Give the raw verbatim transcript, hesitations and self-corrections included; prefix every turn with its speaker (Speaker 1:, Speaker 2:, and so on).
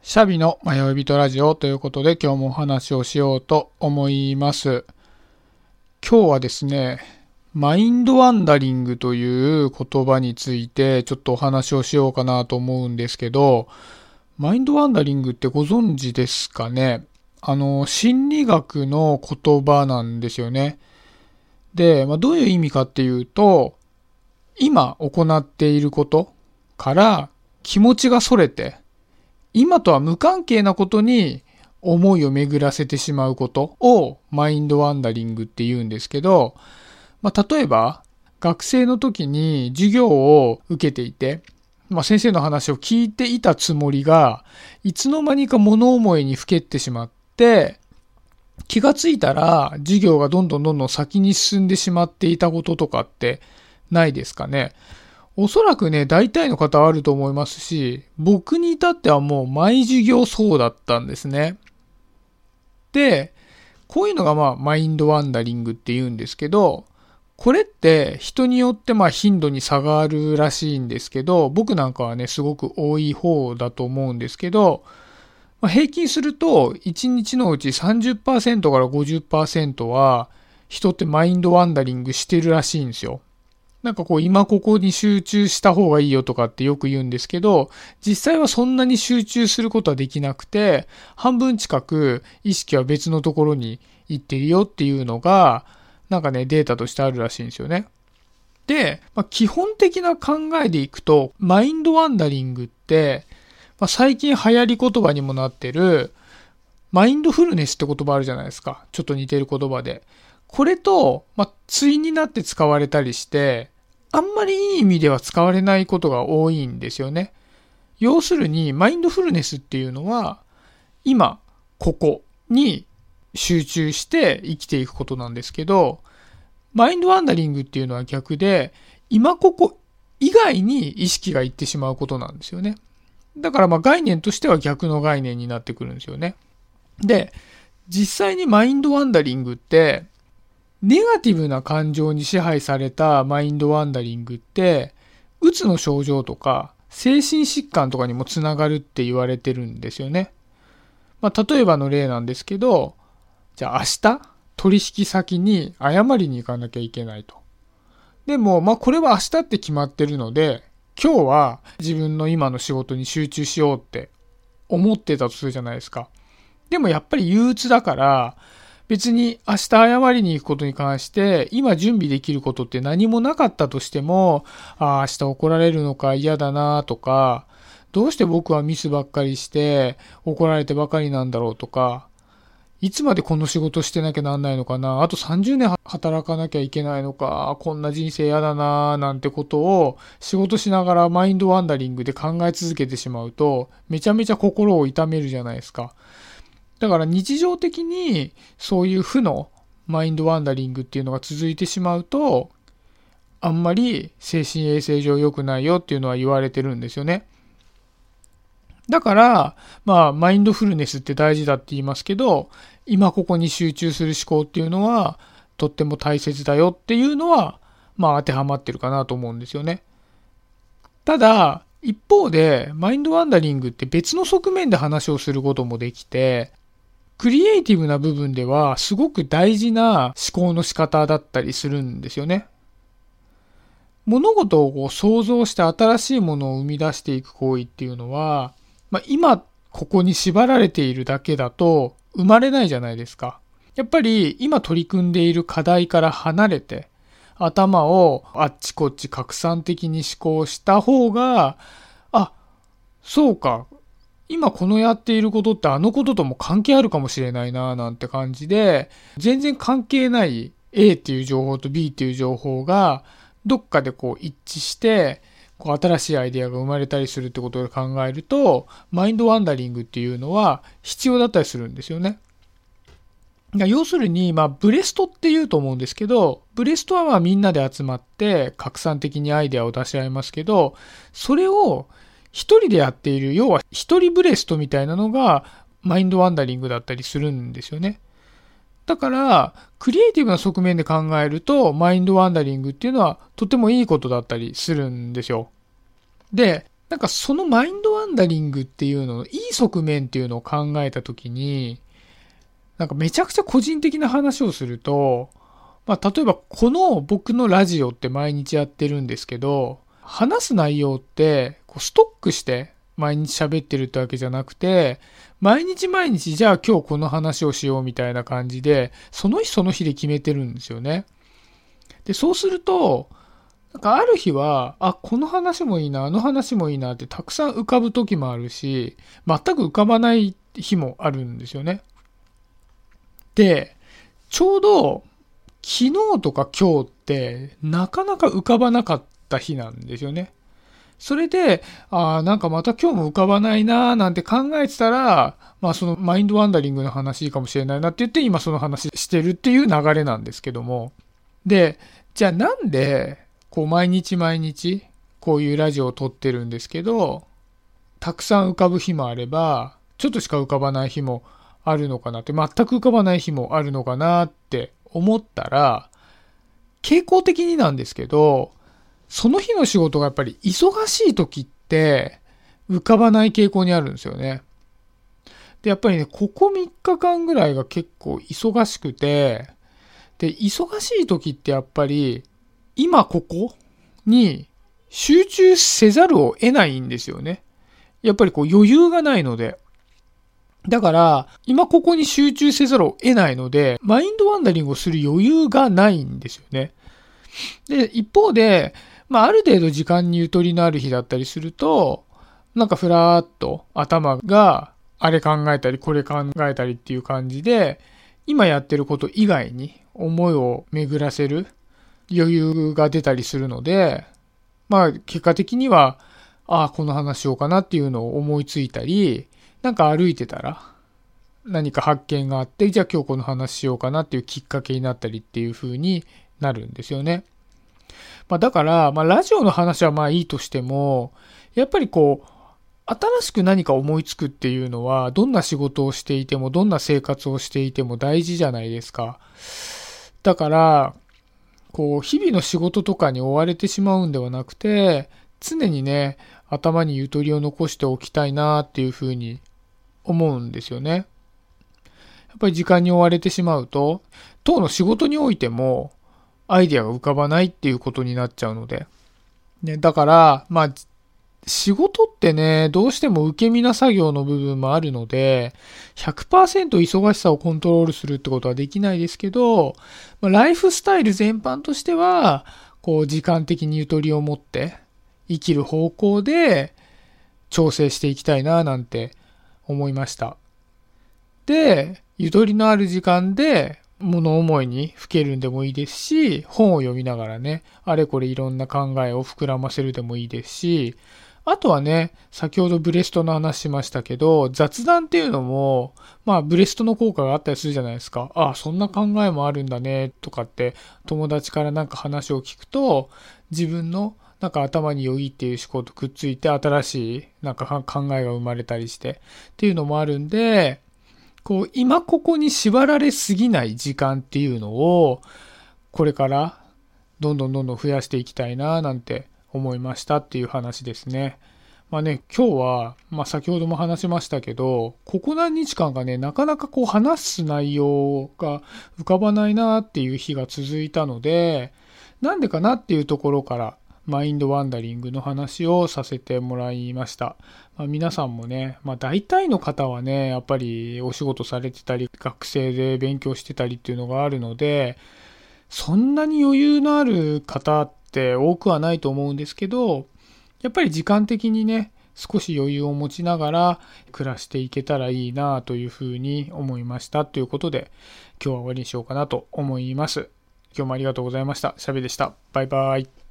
Speaker 1: シャビの迷い人ラジオということで今日もお話をしようと思います。今日はですね、マインドワンダリングという言葉についてちょっとお話をしようかなと思うんですけど、マインドワンダリングってご存知ですかね？あの、心理学の言葉なんですよね。で、まあ、どういう意味かっていうと、今行っていることから気持ちがそれて、今とは無関係なことに思いを巡らせてしまうことをマインドワンダリングって言うんですけど、まあ、例えば学生の時に授業を受けていて、まあ、先生の話を聞いていたつもりがいつの間にか物思いにふけってしまって、気がついたら授業がどんどんどんどん先に進んでしまっていたこととかってないですかね？おそらくね、大体の方はあると思いますし、僕に至ってはもう毎授業そうだったんですね。で、こういうのがまあマインドワンダリングって言うんですけど、これって人によってまあ頻度に差があるらしいんですけど、僕なんかはね、すごく多い方だと思うんですけど、まあ、平均するといちにちのうち さんじゅっパーセント から ごじゅっパーセント は人ってマインドワンダリングしてるらしいんですよ。なんかこう今ここに集中した方がいいよとかってよく言うんですけど、実際はそんなに集中することはできなくて、半分近く意識は別のところに行ってるよっていうのが、なんかね、データとしてあるらしいんですよね。で、まあ、基本的な考えでいくと、マインドワンダリングって、まあ、最近流行り言葉にもなってる、マインドフルネスって言葉あるじゃないですか。ちょっと似てる言葉で。これと、まあ、対になって使われたりして、あんまりいい意味では使われないことが多いんですよね。要するに、マインドフルネスっていうのは、今、ここに集中して生きていくことなんですけど、マインドワンダリングっていうのは逆で、今ここ以外に意識がいってしまうことなんですよね。だからまあ概念としては逆の概念になってくるんですよね。で、実際にマインドワンダリングって、ネガティブな感情に支配されたマインドワンダリングって、うつの症状とか精神疾患とかにもつながるって言われてるんですよね。まあ、例えばの例なんですけど、じゃあ明日取引先に謝りに行かなきゃいけないと。でも、まあこれは明日って決まってるので、今日は自分の今の仕事に集中しようって思ってたとするじゃないですか。でもやっぱり憂鬱だから、別に明日謝りに行くことに関して今準備できることって何もなかったとしても、ああ明日怒られるのか嫌だなとか、どうして僕はミスばっかりして怒られてばかりなんだろうとか、いつまでこの仕事してなきゃなんないのかな、あとさんじゅうねん働かなきゃいけないのか、こんな人生嫌だななんてことを仕事しながらマインドワンダリングで考え続けてしまうと、めちゃめちゃ心を痛めるじゃないですか。だから日常的にそういう負のマインドワンダリングっていうのが続いてしまうと、あんまり精神衛生上良くないよっていうのは言われてるんですよね。だから、まあ、マインドフルネスって大事だって言いますけど、今ここに集中する思考っていうのはとっても大切だよっていうのは、まあ当てはまってるかなと思うんですよね。ただ、一方で、マインドワンダリングって別の側面で話をすることもできて、クリエイティブな部分ではすごく大事な思考の仕方だったりするんですよね。物事をこう想像して新しいものを生み出していく行為っていうのは、まあ、今ここに縛られているだけだと生まれないじゃないですか。やっぱり今取り組んでいる課題から離れて頭をあっちこっち拡散的に思考した方が、あ、そうか。今このやっていることってあのこととも関係あるかもしれないななんて感じで、全然関係ない A っていう情報と B っていう情報がどっかでこう一致してこう新しいアイデアが生まれたりするってことを考えると、マインドワンダリングっていうのは必要だったりするんですよね。要するに、まあ、ブレストって言うと思うんですけど、ブレストはまあみんなで集まって拡散的にアイデアを出し合いますけど、それを一人でやっている、要は一人ブレストみたいなのがマインドワンダリングだったりするんですよね。だから、クリエイティブな側面で考えると、マインドワンダリングっていうのはとてもいいことだったりするんですよ。で、 なんかそのマインドワンダリングっていうののいい側面っていうのを考えたときに、なんかめちゃくちゃ個人的な話をすると、まあ例えばこの僕のラジオって毎日やってるんですけど、話す内容ってこうストックして毎日喋ってるってわけじゃなくて、毎日毎日じゃあ今日この話をしようみたいな感じで、その日その日で決めてるんですよね。で、そうすると、なんかある日は、あ、この話もいいな、あの話もいいなってたくさん浮かぶ時もあるし、全く浮かばない日もあるんですよね。で、ちょうど昨日とか今日ってなかなか浮かばなかった日なんですよね。それで、ああ、なんかまた今日も浮かばないなーなんて考えてたら、まあそのマインドワンダリングの話かもしれないなって言って今その話してるっていう流れなんですけども。で、じゃあなんで、こう毎日毎日こういうラジオを撮ってるんですけど、たくさん浮かぶ日もあれば、ちょっとしか浮かばない日もあるのかなって、全く浮かばない日もあるのかなって思ったら、傾向的になんですけど、その日の仕事がやっぱり忙しい時って浮かばない傾向にあるんですよね。で、やっぱりね、ここみっかかんぐらいが結構忙しくて、で、忙しい時ってやっぱり今ここに集中せざるを得ないんですよね。やっぱりこう余裕がないので。だから、今ここに集中せざるを得ないので、マインドワンダリングをする余裕がないんですよね。で、一方で、まあ、ある程度時間にゆとりのある日だったりすると、なんかふらーっと頭があれ考えたりこれ考えたりっていう感じで、今やってること以外に思いを巡らせる余裕が出たりするので、まあ結果的には、ああ、この話しようかなっていうのを思いついたり、なんか歩いてたら何か発見があって、じゃあ今日この話しようかなっていうきっかけになったりっていう風になるんですよね。まあだから、まあラジオの話はまあいいとしても、やっぱりこう、新しく何か思いつくっていうのは、どんな仕事をしていても、どんな生活をしていても大事じゃないですか。だから、こう、日々の仕事とかに追われてしまうんではなくて、常にね、頭にゆとりを残しておきたいなっていうふうに思うんですよね。やっぱり時間に追われてしまうと、当の仕事においても、アイデアが浮かばないっていうことになっちゃうので。ね、だから、まあ、仕事ってね、どうしても受け身な作業の部分もあるので、ひゃくパーセント 忙しさをコントロールするってことはできないですけど、まあ、ライフスタイル全般としては、こう、時間的にゆとりを持って生きる方向で調整していきたいな、なんて思いました。で、ゆとりのある時間で、物思いにふけるんでもいいですし、本を読みながらね、あれこれいろんな考えを膨らませるでもいいですし、あとはね、先ほどブレストの話しましたけど、雑談っていうのも、まあブレストの効果があったりするじゃないですか。ああ、そんな考えもあるんだね、とかって友達からなんか話を聞くと、自分のなんか頭に良いっていう思考とくっついて新しいなんか考えが生まれたりしてっていうのもあるんで、こう、今ここに縛られすぎない時間っていうのを、これからどんどんどんどん増やしていきたいななんて思いましたっていう話ですね。まあね、今日は、まあ先ほども話しましたけど、ここ何日間かね、なかなかこう話す内容が浮かばないなっていう日が続いたので、なんでかなっていうところから、マインドワンダリングの話をさせてもらいました。まあ、皆さんもね、まあ大体の方はね、やっぱりお仕事されてたり、学生で勉強してたりっていうのがあるので、そんなに余裕のある方って多くはないと思うんですけど、やっぱり時間的にね、少し余裕を持ちながら暮らしていけたらいいなというふうに思いましたということで、今日は終わりにしようかなと思います。今日もありがとうございました。シャベでした。バイバイ。